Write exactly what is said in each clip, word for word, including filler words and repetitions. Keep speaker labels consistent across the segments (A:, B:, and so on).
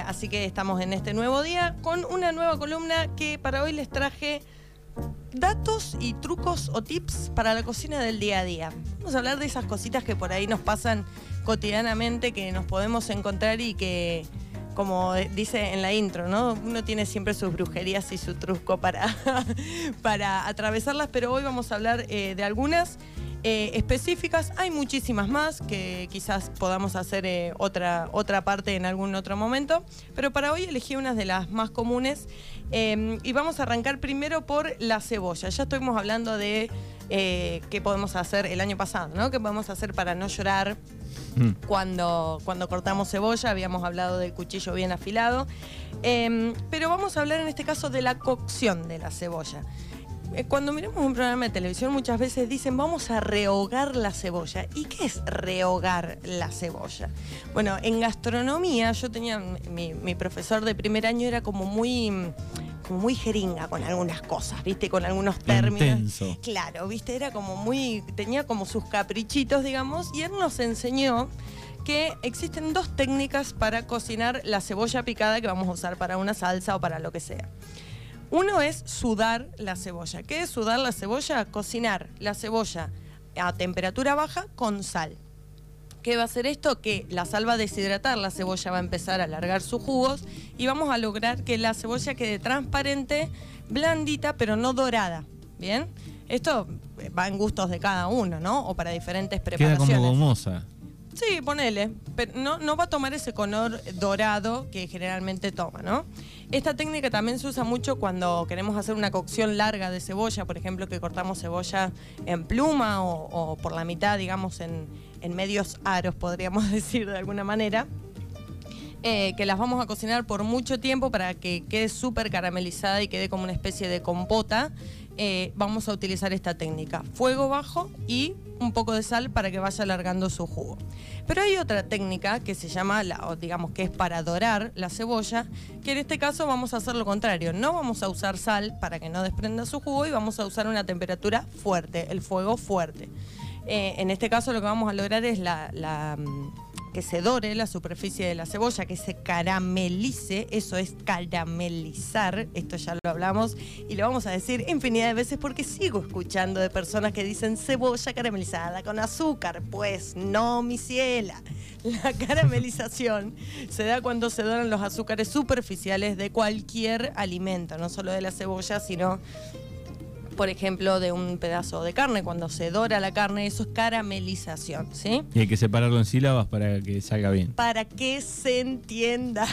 A: así que estamos en este nuevo día con una nueva columna que para hoy les traje datos y trucos o tips para la cocina del día a día. Vamos a hablar de esas cositas que por ahí nos pasan cotidianamente, que nos podemos encontrar y que, como dice en la intro, ¿no? Uno tiene siempre sus brujerías y su truco para, para atravesarlas, pero hoy vamos a hablar eh, de algunas eh, específicas. Hay muchísimas más que quizás podamos hacer eh, otra, otra parte en algún otro momento, pero para hoy elegí unas de las más comunes eh, y vamos a arrancar primero por la cebolla. Ya estuvimos hablando de eh, qué podemos hacer el año pasado, ¿no? ¿Qué podemos hacer para no llorar Mm. Cuando, cuando cortamos cebolla? Habíamos hablado del cuchillo bien afilado, eh, pero vamos a hablar en este caso de la cocción de la cebolla. Eh, cuando miramos un programa de televisión muchas veces dicen vamos a rehogar la cebolla. ¿Y qué es rehogar la cebolla? Bueno, en gastronomía yo tenía, mi, mi profesor de primer año era como muy... como muy jeringa con algunas cosas, ¿viste? Con algunos términos.
B: Intenso.
A: Claro, ¿viste? Era como muy... tenía como sus caprichitos, digamos, y él nos enseñó que existen dos técnicas para cocinar la cebolla picada que vamos a usar para una salsa o para lo que sea. Uno es sudar la cebolla. ¿Qué es sudar la cebolla? Cocinar la cebolla a temperatura baja con sal. ¿Qué va a hacer esto? Que la sal va a deshidratar, la cebolla va a empezar a alargar sus jugos y vamos a lograr que la cebolla quede transparente, blandita, pero no dorada. ¿Bien? Esto va en gustos de cada uno, ¿no? O para diferentes preparaciones.
B: Queda como gomosa.
A: Sí, ponele, pero no, no va a tomar ese color dorado que generalmente toma, ¿no? Esta técnica también se usa mucho cuando queremos hacer una cocción larga de cebolla, por ejemplo, que cortamos cebolla en pluma o, o por la mitad, digamos, en, en medios aros, podríamos decir de alguna manera, eh, que las vamos a cocinar por mucho tiempo para que quede súper caramelizada y quede como una especie de compota. Eh, vamos a utilizar esta técnica, fuego bajo y un poco de sal para que vaya alargando su jugo. Pero hay otra técnica que se llama, la, o digamos que es para dorar la cebolla, que en este caso vamos a hacer lo contrario. No vamos a usar sal para que no desprenda su jugo y vamos a usar una temperatura fuerte, el fuego fuerte. Eh, en este caso lo que vamos a lograr es la... la que se dore la superficie de la cebolla, que se caramelice, eso es caramelizar, esto ya lo hablamos y lo vamos a decir infinidad de veces porque sigo escuchando de personas que dicen cebolla caramelizada con azúcar. Pues no, mi ciela, la caramelización se da cuando se doran los azúcares superficiales de cualquier alimento, no solo de la cebolla, sino... por ejemplo, de un pedazo de carne. Cuando se dora la carne, eso es caramelización, ¿sí?
B: Y hay que separarlo en sílabas para que salga bien.
A: Para que se entienda.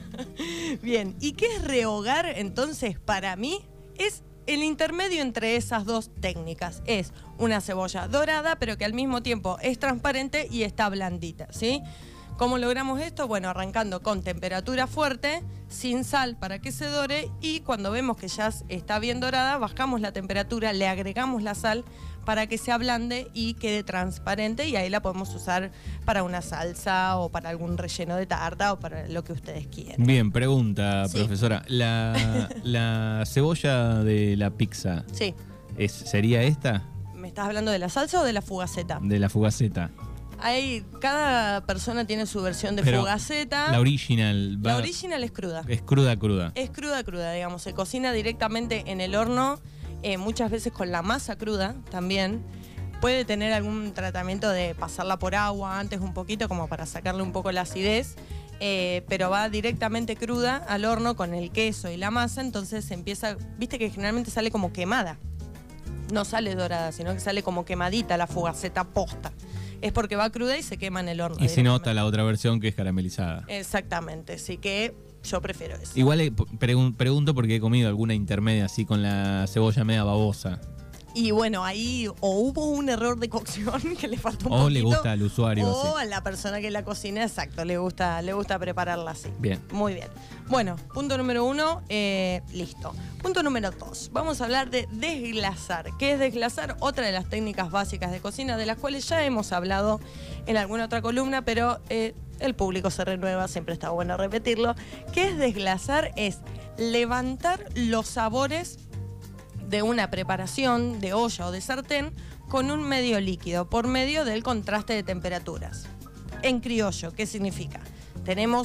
A: Bien, ¿y qué es rehogar? Entonces, para mí, es el intermedio entre esas dos técnicas. Es una cebolla dorada, pero que al mismo tiempo es transparente y está blandita, ¿sí? ¿Cómo logramos esto? Bueno, arrancando con temperatura fuerte, sin sal para que se dore, y cuando vemos que ya está bien dorada, bajamos la temperatura, le agregamos la sal para que se ablande y quede transparente, y ahí la podemos usar para una salsa o para algún relleno de tarta o para lo que ustedes quieran.
B: Bien, pregunta,
A: Sí.
B: profesora. La, la cebolla de la pizza,
A: Sí.
B: ¿es, ¿sería esta?
A: ¿Me estás hablando de la salsa o de la fugaceta?
B: De la fugaceta.
A: Hay, cada persona tiene su versión de
B: Pero
A: fugaceta.
B: La original. Va,
A: La original es cruda.
B: Es cruda, cruda.
A: Es cruda, cruda, digamos. Se cocina directamente en el horno, eh, muchas veces con la masa cruda también. Puede tener algún tratamiento de pasarla por agua antes un poquito, como para sacarle un poco la acidez, eh, pero va directamente cruda al horno con el queso y la masa, entonces empieza, viste que generalmente sale como quemada. No sale dorada, sino que sale como quemadita la fugaceta posta. Es porque va cruda y se quema en el horno.
B: Y se nota la otra versión que es caramelizada.
A: Exactamente, así que yo prefiero eso.
B: Igual eh, pregun- pregunto porque he comido alguna intermedia así con la cebolla media babosa.
A: Y bueno, ahí o hubo un error de cocción que le faltó un
B: O
A: poquito.
B: le gusta al usuario
A: O
B: así.
A: a la persona que la cocina, exacto, le gusta, le gusta prepararla así.
B: Bien.
A: Muy bien. Bueno, punto número uno, eh, listo. Punto número dos, vamos a hablar de desglasar. ¿Qué es desglasar? Otra de las técnicas básicas de cocina, de las cuales ya hemos hablado en alguna otra columna, pero eh, el público se renueva, siempre está bueno repetirlo. ¿Qué es desglasar? Es levantar los sabores de una preparación de olla o de sartén con un medio líquido por medio del contraste de temperaturas. En criollo, ¿qué significa? Tenemos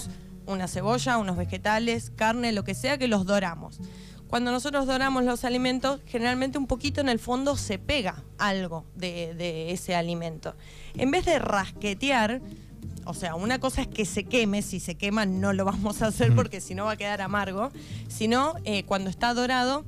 A: una cebolla, unos vegetales, carne, lo que sea, que los doramos. Cuando nosotros doramos los alimentos, generalmente un poquito en el fondo se pega algo de, de ese alimento. En vez de rasquetear, o sea, una cosa es que se queme, si se quema no lo vamos a hacer porque si no va a quedar amargo, sino eh, cuando está dorado,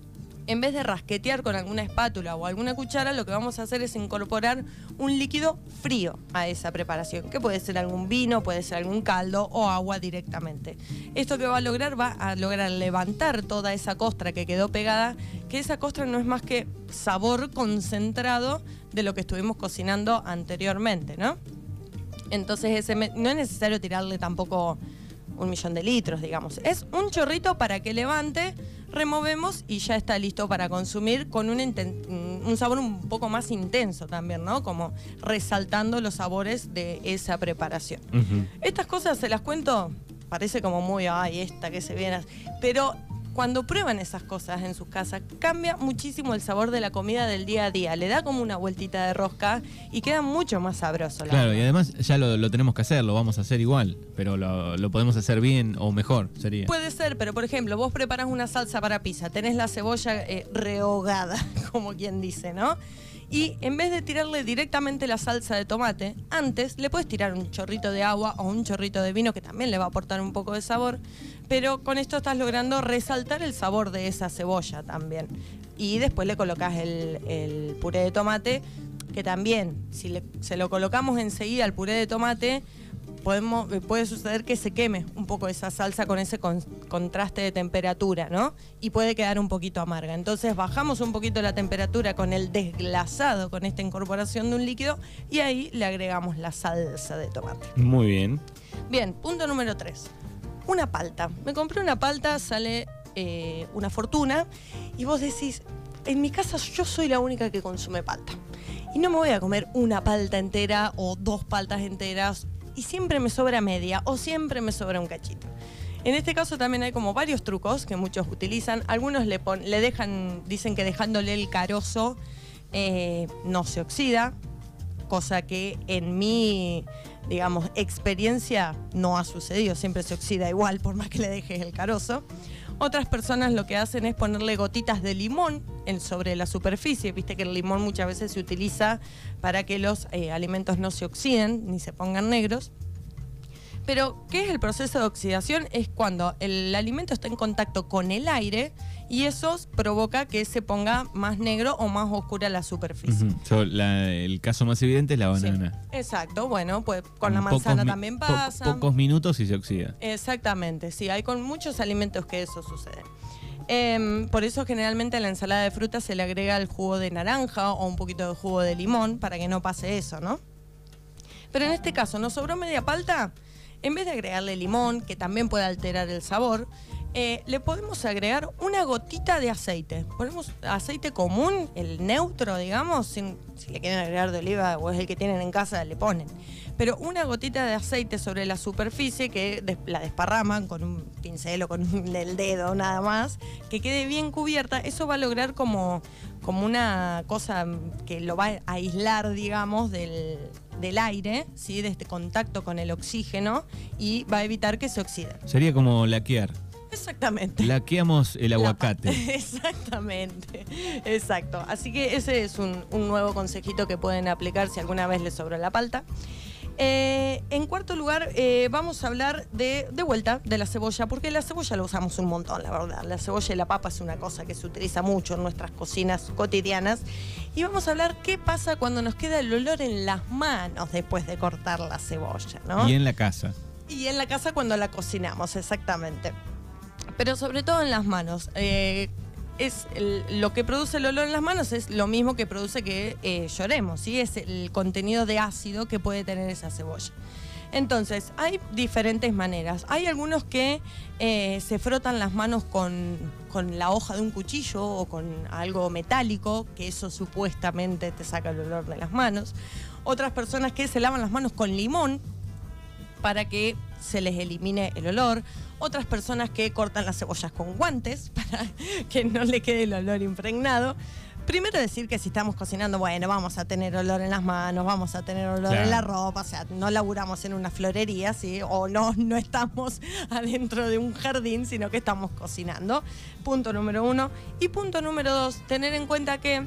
A: en vez de rasquetear con alguna espátula o alguna cuchara, lo que vamos a hacer es incorporar un líquido frío a esa preparación, que puede ser algún vino, puede ser algún caldo o agua directamente. Esto que va a lograr, va a lograr levantar toda esa costra que quedó pegada, que esa costra no es más que sabor concentrado de lo que estuvimos cocinando anteriormente, ¿no? Entonces ese no es necesario tirarle tampoco un millón de litros, digamos. Es un chorrito para que levante, removemos y ya está listo para consumir con un, un sabor un poco más intenso también, ¿no? Como resaltando los sabores de esa preparación. Uh-huh. Estas cosas se las cuento, parece como muy, ay, esta que se viene, pero cuando prueban esas cosas en sus casas, cambia muchísimo el sabor de la comida del día a día. Le da como una vueltita de rosca y queda mucho más sabroso.
B: Claro, verdad. Y además ya lo, lo tenemos que hacer, lo vamos a hacer igual, pero lo, lo podemos hacer bien o mejor, sería.
A: Puede ser, pero por ejemplo, vos preparás una salsa para pizza, tenés la cebolla eh, rehogada, como quien dice, ¿no? Y en vez de tirarle directamente la salsa de tomate, antes le puedes tirar un chorrito de agua o un chorrito de vino que también le va a aportar un poco de sabor, pero con esto estás logrando resaltar el sabor de esa cebolla también. Y después le colocas el, el puré de tomate, que también, si le, se lo colocamos enseguida al puré de tomate, podemos, puede suceder que se queme un poco esa salsa con ese con, contraste de temperatura, ¿no? Y puede quedar un poquito amarga. Entonces bajamos un poquito la temperatura con el desglasado, con esta incorporación de un líquido, y ahí le agregamos la salsa de tomate.
B: Muy bien.
A: Bien, punto número tres. Una palta. Me compré una palta, sale eh, una fortuna, y vos decís, en mi casa yo soy la única que consume palta. Y no me voy a comer una palta entera o dos paltas enteras, y siempre me sobra media o siempre me sobra un cachito. En este caso también hay como varios trucos que muchos utilizan. Algunos le, pon, le dejan, dicen que dejándole el carozo eh, no se oxida, cosa que en mi, digamos, experiencia no ha sucedido. Siempre se oxida igual por más que le dejes el carozo. Otras personas lo que hacen es ponerle gotitas de limón en, sobre la superficie. Viste que el limón muchas veces se utiliza para que los eh, alimentos no se oxiden ni se pongan negros. Pero, ¿qué es el proceso de oxidación? Es cuando el alimento está en contacto con el aire y eso provoca que se ponga más negro o más oscura la superficie.
B: Uh-huh. So, la, el caso más evidente es la banana.
A: Sí, exacto, bueno, pues con la manzana también pasa.
B: Po pocos minutos y se oxida.
A: Exactamente, sí, hay con muchos alimentos que eso sucede. Eh, por eso generalmente a la ensalada de frutas se le agrega el jugo de naranja o un poquito de jugo de limón para que no pase eso, ¿no? Pero en este caso, ¿nos sobró media palta? En vez de agregarle limón, que también puede alterar el sabor, eh, le podemos agregar una gotita de aceite. Ponemos aceite común, el neutro, digamos, sin, si le quieren agregar de oliva o es el que tienen en casa, le ponen. Pero una gotita de aceite sobre la superficie que des, la desparraman con un pincel o con un, el dedo nada más, que quede bien cubierta. Eso va a lograr como, como una cosa que lo va a aislar, digamos, del... del aire, ¿sí? De este contacto con el oxígeno y va a evitar que se oxide.
B: Sería como laquear.
A: Exactamente.
B: Laqueamos el aguacate.
A: Exactamente, exacto. Así que ese es un, un nuevo consejito que pueden aplicar si alguna vez les sobró la palta. Eh, en cuarto lugar, eh, vamos a hablar de, de vuelta de la cebolla, porque la cebolla la usamos un montón, la verdad. La cebolla y la papa es una cosa que se utiliza mucho en nuestras cocinas cotidianas. Y vamos a hablar qué pasa cuando nos queda el olor en las manos después de cortar la cebolla, ¿no?
B: Y en la casa.
A: Y en la casa cuando la cocinamos, exactamente. Pero sobre todo en las manos. Eh, es el, lo que produce el olor en las manos es lo mismo que produce que eh, lloremos, ¿sí? Es el contenido de ácido que puede tener esa cebolla. Entonces, hay diferentes maneras. Hay algunos que eh, se frotan las manos con, con la hoja de un cuchillo o con algo metálico, que eso supuestamente te saca el olor de las manos. Otras personas que se lavan las manos con limón para que se les elimine el olor. Otras personas que cortan las cebollas con guantes para que no le quede el olor impregnado. Primero decir que si estamos cocinando, bueno, vamos a tener olor en las manos, vamos a tener olor
B: Claro.
A: en la ropa, o sea, no laburamos en una florería, ¿sí? O no, no estamos adentro de un jardín, sino que estamos cocinando. Punto número uno. Y punto número dos, tener en cuenta que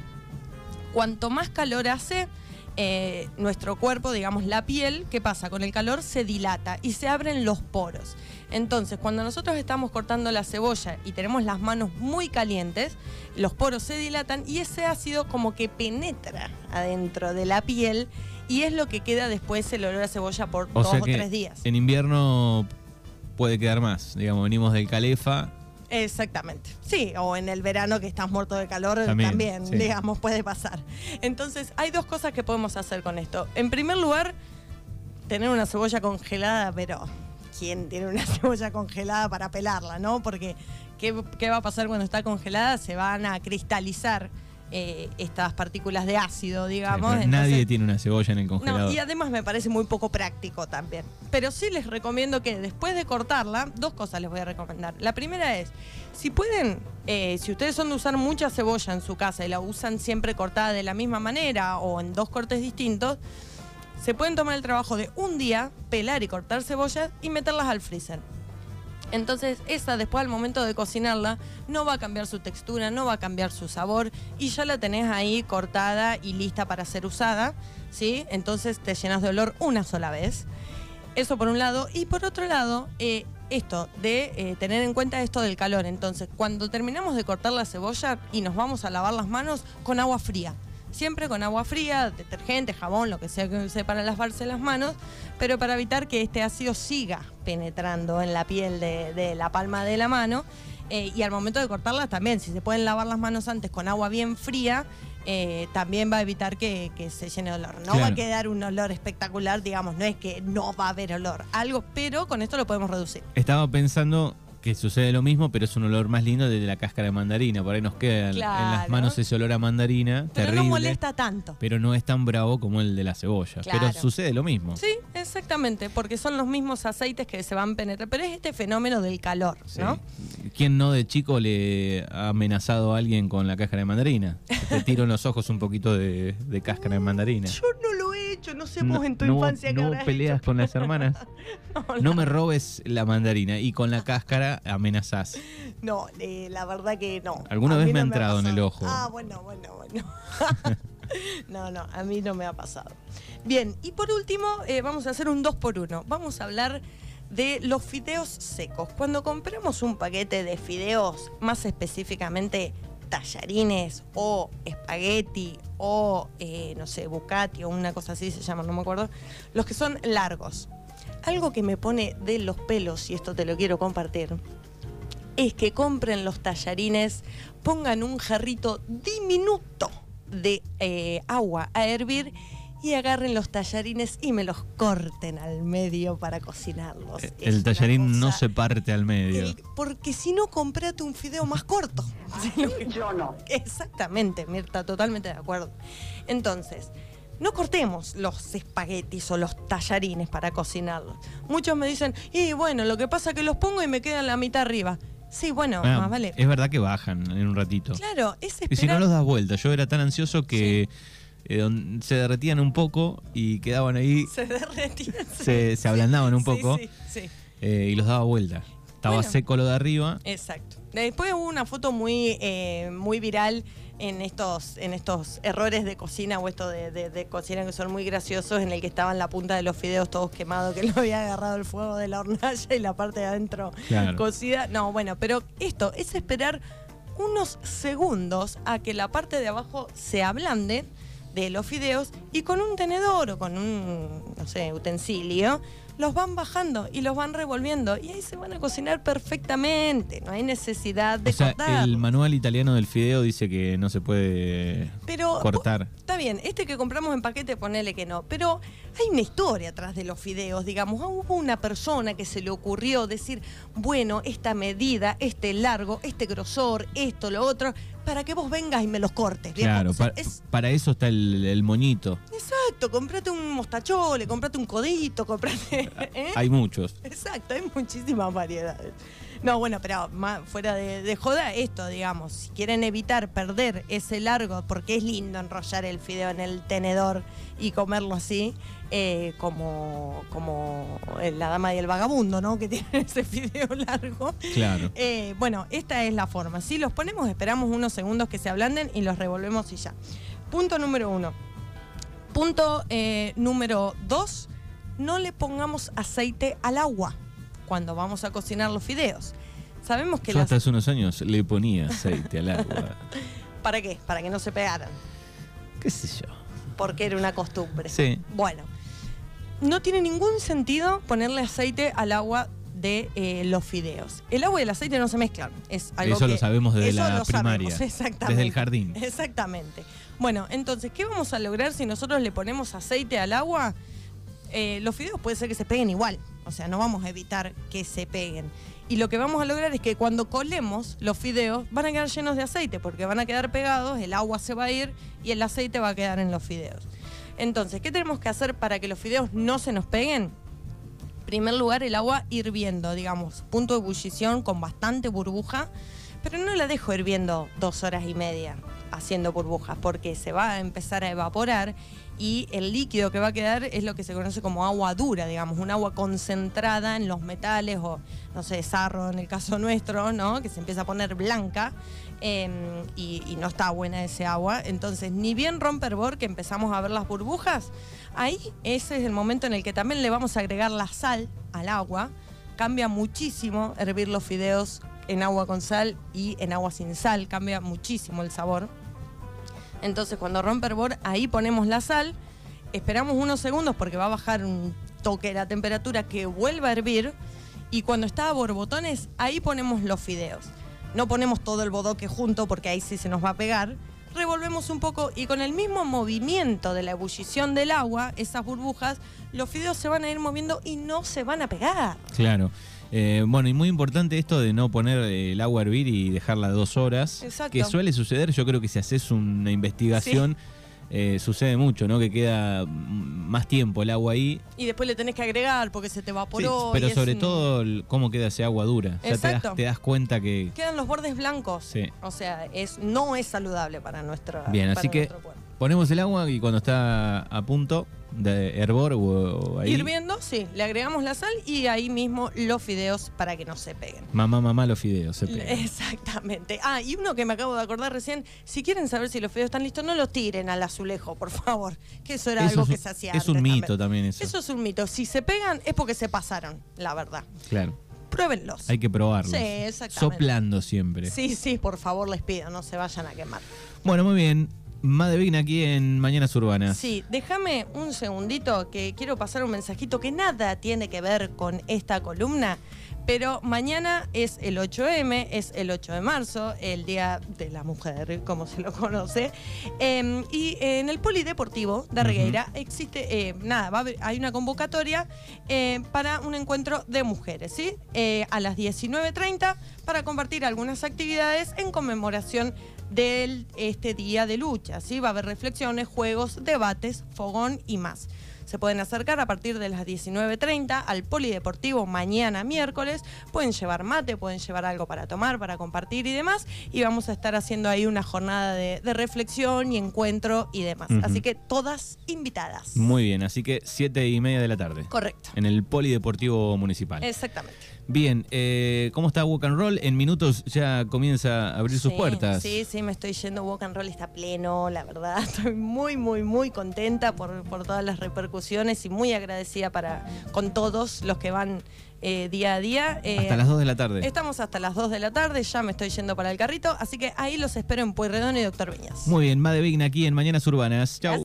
A: cuanto más calor hace, eh, nuestro cuerpo, digamos la piel, ¿qué pasa? Con el calor se dilata y se abren los poros. Entonces, cuando nosotros estamos cortando la cebolla y tenemos las manos muy calientes, los poros se dilatan y ese ácido como que penetra adentro de la piel y es lo que queda después el olor a cebolla por
B: O
A: dos
B: sea
A: o
B: que
A: tres días.
B: en invierno puede quedar más. Digamos, venimos del Calefa.
A: Exactamente. Sí, o en el verano que estás muerto de calor
B: También,
A: también,
B: sí.
A: digamos, puede pasar. Entonces, hay dos cosas que podemos hacer con esto. En primer lugar, tener una cebolla congelada, pero ¿quién tiene una cebolla congelada para pelarla, no? Porque ¿qué, qué va a pasar cuando está congelada? Se van a cristalizar eh, estas partículas de ácido, digamos.
B: Pero
A: Entonces,
B: nadie tiene una cebolla en el congelador.
A: no, y además me parece muy poco práctico también. Pero sí les recomiendo que después de cortarla, dos cosas les voy a recomendar. La primera es, si pueden, eh, si ustedes son de usar mucha cebolla en su casa y la usan siempre cortada de la misma manera o en dos cortes distintos, se pueden tomar el trabajo de un día, pelar y cortar cebollas y meterlas al freezer. Entonces esa después al momento de cocinarla no va a cambiar su textura, no va a cambiar su sabor y ya la tenés ahí cortada y lista para ser usada, ¿sí? Entonces te llenas de olor una sola vez. Eso por un lado. Y por otro lado, eh, esto de eh, tener en cuenta esto del calor. Entonces cuando terminamos de cortar la cebolla y nos vamos a lavar las manos con agua fría. Siempre con agua fría, detergente, jabón, lo que sea que use para lavarse las manos, pero para evitar que este ácido siga penetrando en la piel de, de la palma de la mano. Eh, y al momento de cortarlas también, si se pueden lavar las manos antes con agua bien fría, eh, también va a evitar que, que se llene de olor. No
B: Claro.
A: va a quedar un olor espectacular, digamos, no es que no va a haber olor, algo, pero con esto lo podemos reducir.
B: Estaba pensando que sucede lo mismo, pero es un olor más lindo de la cáscara de mandarina. Por ahí nos queda en- en las
A: Claro.
B: manos ese olor a mandarina,
A: Pero
B: terrible.
A: no molesta tanto.
B: Pero no es tan bravo como el de la cebolla.
A: Claro.
B: Pero sucede lo mismo.
A: Sí, exactamente, porque son los mismos aceites que se van penetrando, pero es este fenómeno del calor,
B: Sí.
A: ¿no?
B: ¿Quién no de chico le ha amenazado a alguien con la cáscara de mandarina? Te tiro en los ojos un poquito de, de cáscara de mandarina.
A: Yo no lo he hecho, no sé vos
B: No,
A: en tu
B: no-
A: infancia que
B: no
A: habrás
B: peleas
A: hecho.
B: con las hermanas.
A: No,
B: No me robes la mandarina y con la cáscara amenazás.
A: No, eh, la verdad que no.
B: Alguna
A: A
B: vez
A: mí
B: me ha
A: no
B: entrado en el
A: pasado.
B: ojo.
A: Ah, bueno, bueno, bueno. No, no, a mí no me ha pasado. Bien, y por último, eh, vamos a hacer un dos por uno. Vamos a hablar de los fideos secos. Cuando compramos un paquete de fideos, más específicamente tallarines o espagueti o, eh, no sé, bucati o una cosa así se llama, no me acuerdo, los que son largos. Algo que me pone de los pelos, y esto te lo quiero compartir, es que compren los tallarines, pongan un jarrito diminuto de eh, agua a hervir y agarren los tallarines y me los corten al medio para cocinarlos. Es
B: El
A: una
B: tallarín no
A: cosa-
B: se parte al medio.
A: el- porque si no, comprate un fideo más corto. ¿Sí lo que-
C: Yo no.
A: Exactamente, Mirta, totalmente de acuerdo. Entonces, no cortemos los espaguetis o los tallarines para cocinarlos. Muchos me dicen, y bueno, lo que pasa es que los pongo y me quedan la mitad arriba. Sí, bueno,
B: Ah,
A: más vale.
B: Es verdad que bajan en un ratito.
A: Claro, es
B: Y si no
A: esperar.
B: los das vuelta, yo era tan ansioso que eh, don- se derretían un poco y quedaban ahí,
A: Se derretían. sí,
B: se, se ablandaban un
A: sí,
B: poco
A: Sí, sí.
B: eh, y los daba vuelta. Estaba
A: Bueno.
B: seco lo de arriba.
A: Exacto. Después hubo una foto muy, eh, muy viral en estos, en estos errores de cocina o esto de, de- de cocina que son muy graciosos, en el que estaban la punta de los fideos todos quemados, que lo había agarrado el fuego de la hornalla y la parte de adentro
B: Claro.
A: cocida. No, bueno, pero esto es esperar unos segundos a que la parte de abajo se ablande de los fideos y con un tenedor o con un, no sé, utensilio, los van bajando y los van revolviendo y ahí se van a cocinar perfectamente, no hay necesidad de
B: O sea,
A: cortar.
B: el manual italiano del fideo dice que no se puede
A: Pero
B: cortar.
A: está bien, este que compramos en paquete, ponele que no, pero hay una historia atrás de los fideos, digamos. Hubo una persona que se le ocurrió decir, bueno, esta medida, este largo, este grosor, esto, lo otro, para que vos vengas y me los cortes. viejo.
B: Claro,
A: O sea,
B: pa-
A: es-
B: para eso está el, el moñito.
A: exacto, comprate un mostachole, comprate un codito, comprate... ¿eh?
B: Hay muchos.
A: Exacto, hay muchísimas variedades. No, bueno, pero más fuera de, de joda, esto, digamos, si quieren evitar perder ese largo, porque es lindo enrollar el fideo en el tenedor y comerlo así, eh, como, como la dama y el vagabundo, ¿no? Que tienen ese fideo largo.
B: Claro.
A: Eh, bueno, esta es la forma. Si los ponemos, esperamos unos segundos que se ablanden y los revolvemos y ya. Punto número uno. Punto eh, número dos, no le pongamos aceite al agua cuando vamos a cocinar los fideos. Sabemos que
B: Yo
A: las...
B: hasta hace unos años le ponía aceite al agua.
A: ¿Para qué? Para que no se pegaran.
B: ¿Qué sé yo?
A: Porque era una costumbre.
B: Sí.
A: Bueno, no tiene ningún sentido ponerle aceite al agua de eh, los fideos. El agua y el aceite no se mezclan. Es algo
B: Eso
A: que,
B: lo sabemos desde
A: eso
B: la
A: lo
B: primaria.
A: Sabemos, exactamente.
B: Desde el jardín.
A: Exactamente. Bueno, entonces, ¿qué vamos a lograr si nosotros le ponemos aceite al agua? Eh, los fideos puede ser que se peguen igual. O sea, no vamos a evitar que se peguen. Y lo que vamos a lograr es que cuando colemos los fideos van a quedar llenos de aceite porque van a quedar pegados, el agua se va a ir y el aceite va a quedar en los fideos. Entonces, ¿qué tenemos que hacer para que los fideos no se nos peguen? En primer lugar, el agua hirviendo, digamos, punto de ebullición con bastante burbuja, pero no la dejo hirviendo dos horas y media haciendo burbujas porque se va a empezar a evaporar y el líquido que va a quedar es lo que se conoce como agua dura, digamos, un agua concentrada en los metales o, no sé, sarro en el caso nuestro, ¿no? Que se empieza a poner blanca eh, y, y no está buena ese agua. Entonces, ni bien rompe hervor que empezamos a ver las burbujas, ahí ese es el momento en el que también le vamos a agregar la sal al agua. Cambia muchísimo hervir los fideos en agua con sal y en agua sin sal, cambia muchísimo el sabor. Entonces cuando rompe hervor, ahí ponemos la sal, esperamos unos segundos porque va a bajar un toque la temperatura, que vuelva a hervir, y cuando está a borbotones, ahí ponemos los fideos. No ponemos todo el bodoque junto porque ahí sí se nos va a pegar. Revolvemos un poco y con el mismo movimiento de la ebullición del agua, esas burbujas, los fideos se van a ir moviendo y no se van a pegar.
B: Claro. Eh, bueno, y muy importante esto de no poner el agua a hervir y dejarla dos horas.
A: Exacto.
B: Que suele suceder, yo creo que si haces una investigación, sí. eh, sucede mucho, ¿no? Que queda más tiempo el agua ahí.
A: Y después le tenés que agregar porque se te evaporó.
B: Sí, pero
A: y
B: sobre
A: es un...
B: todo cómo queda ese agua dura.
A: Exacto.
B: O sea, te das, te das cuenta que...
A: Quedan los bordes blancos.
B: Sí.
A: O sea, es, no es saludable para nuestro
B: Bien,
A: para
B: así que
A: nuestro cuerpo.
B: Ponemos el agua y cuando está a punto de hervor o, o ahí...
A: Hirviendo, sí. Le agregamos la sal y ahí mismo los fideos para que no se peguen.
B: Mamá, mamá, los fideos se pegan.
A: Exactamente. Ah, y uno que me acabo de acordar recién. Si quieren saber si los fideos están listos, no los tiren al azulejo, por favor. Que eso era
B: eso
A: algo
B: es,
A: que se hacía
B: Es
A: antes
B: un mito
A: también.
B: también eso.
A: Eso es un mito. Si se pegan es porque se pasaron, la verdad.
B: Claro.
A: Pruébenlos.
B: Hay que probarlos.
A: Sí, exactamente.
B: Soplando siempre.
A: Sí, sí, por favor les pido, no se vayan a quemar.
B: Bueno, muy bien. Made Vigna aquí en Mañanas Urbanas.
A: Sí, déjame un segundito que quiero pasar un mensajito que nada tiene que ver con esta columna, pero mañana es el ocho eme, es el ocho de marzo, el Día de la Mujer, como se lo conoce, eh, y en el Polideportivo de Regueira uh-huh. existe, eh, nada, va a haber, hay una convocatoria eh, para un encuentro de mujeres, ¿sí? Eh, a las diecinueve treinta para compartir algunas actividades en conmemoración de este día de lucha, ¿sí? Va a haber reflexiones, juegos, debates, fogón y más. Se pueden acercar a partir de las diecinueve treinta al Polideportivo mañana miércoles. Pueden llevar mate, pueden llevar algo para tomar, para compartir y demás. Y vamos a estar haciendo ahí una jornada de, de reflexión y encuentro y demás. Uh-huh. Así que todas invitadas.
B: Muy bien, así que siete y media de la tarde.
A: Correcto.
B: En el Polideportivo Municipal.
A: Exactamente.
B: Bien, eh, ¿cómo está Walk and Roll? En minutos ya comienza a abrir
A: sí,
B: sus puertas.
A: Sí, sí, me estoy yendo. Walk and Roll está pleno, la verdad. Estoy muy, muy, muy contenta por, por todas las repercusiones y muy agradecida para, con todos los que van eh, día a día. Eh,
B: hasta las dos de la tarde.
A: Estamos hasta las dos de la tarde, ya me estoy yendo para el carrito, así que ahí los espero en Pueyrredón y Doctor Viñas.
B: Muy bien, Made Vigna aquí en Mañanas Urbanas. Chau.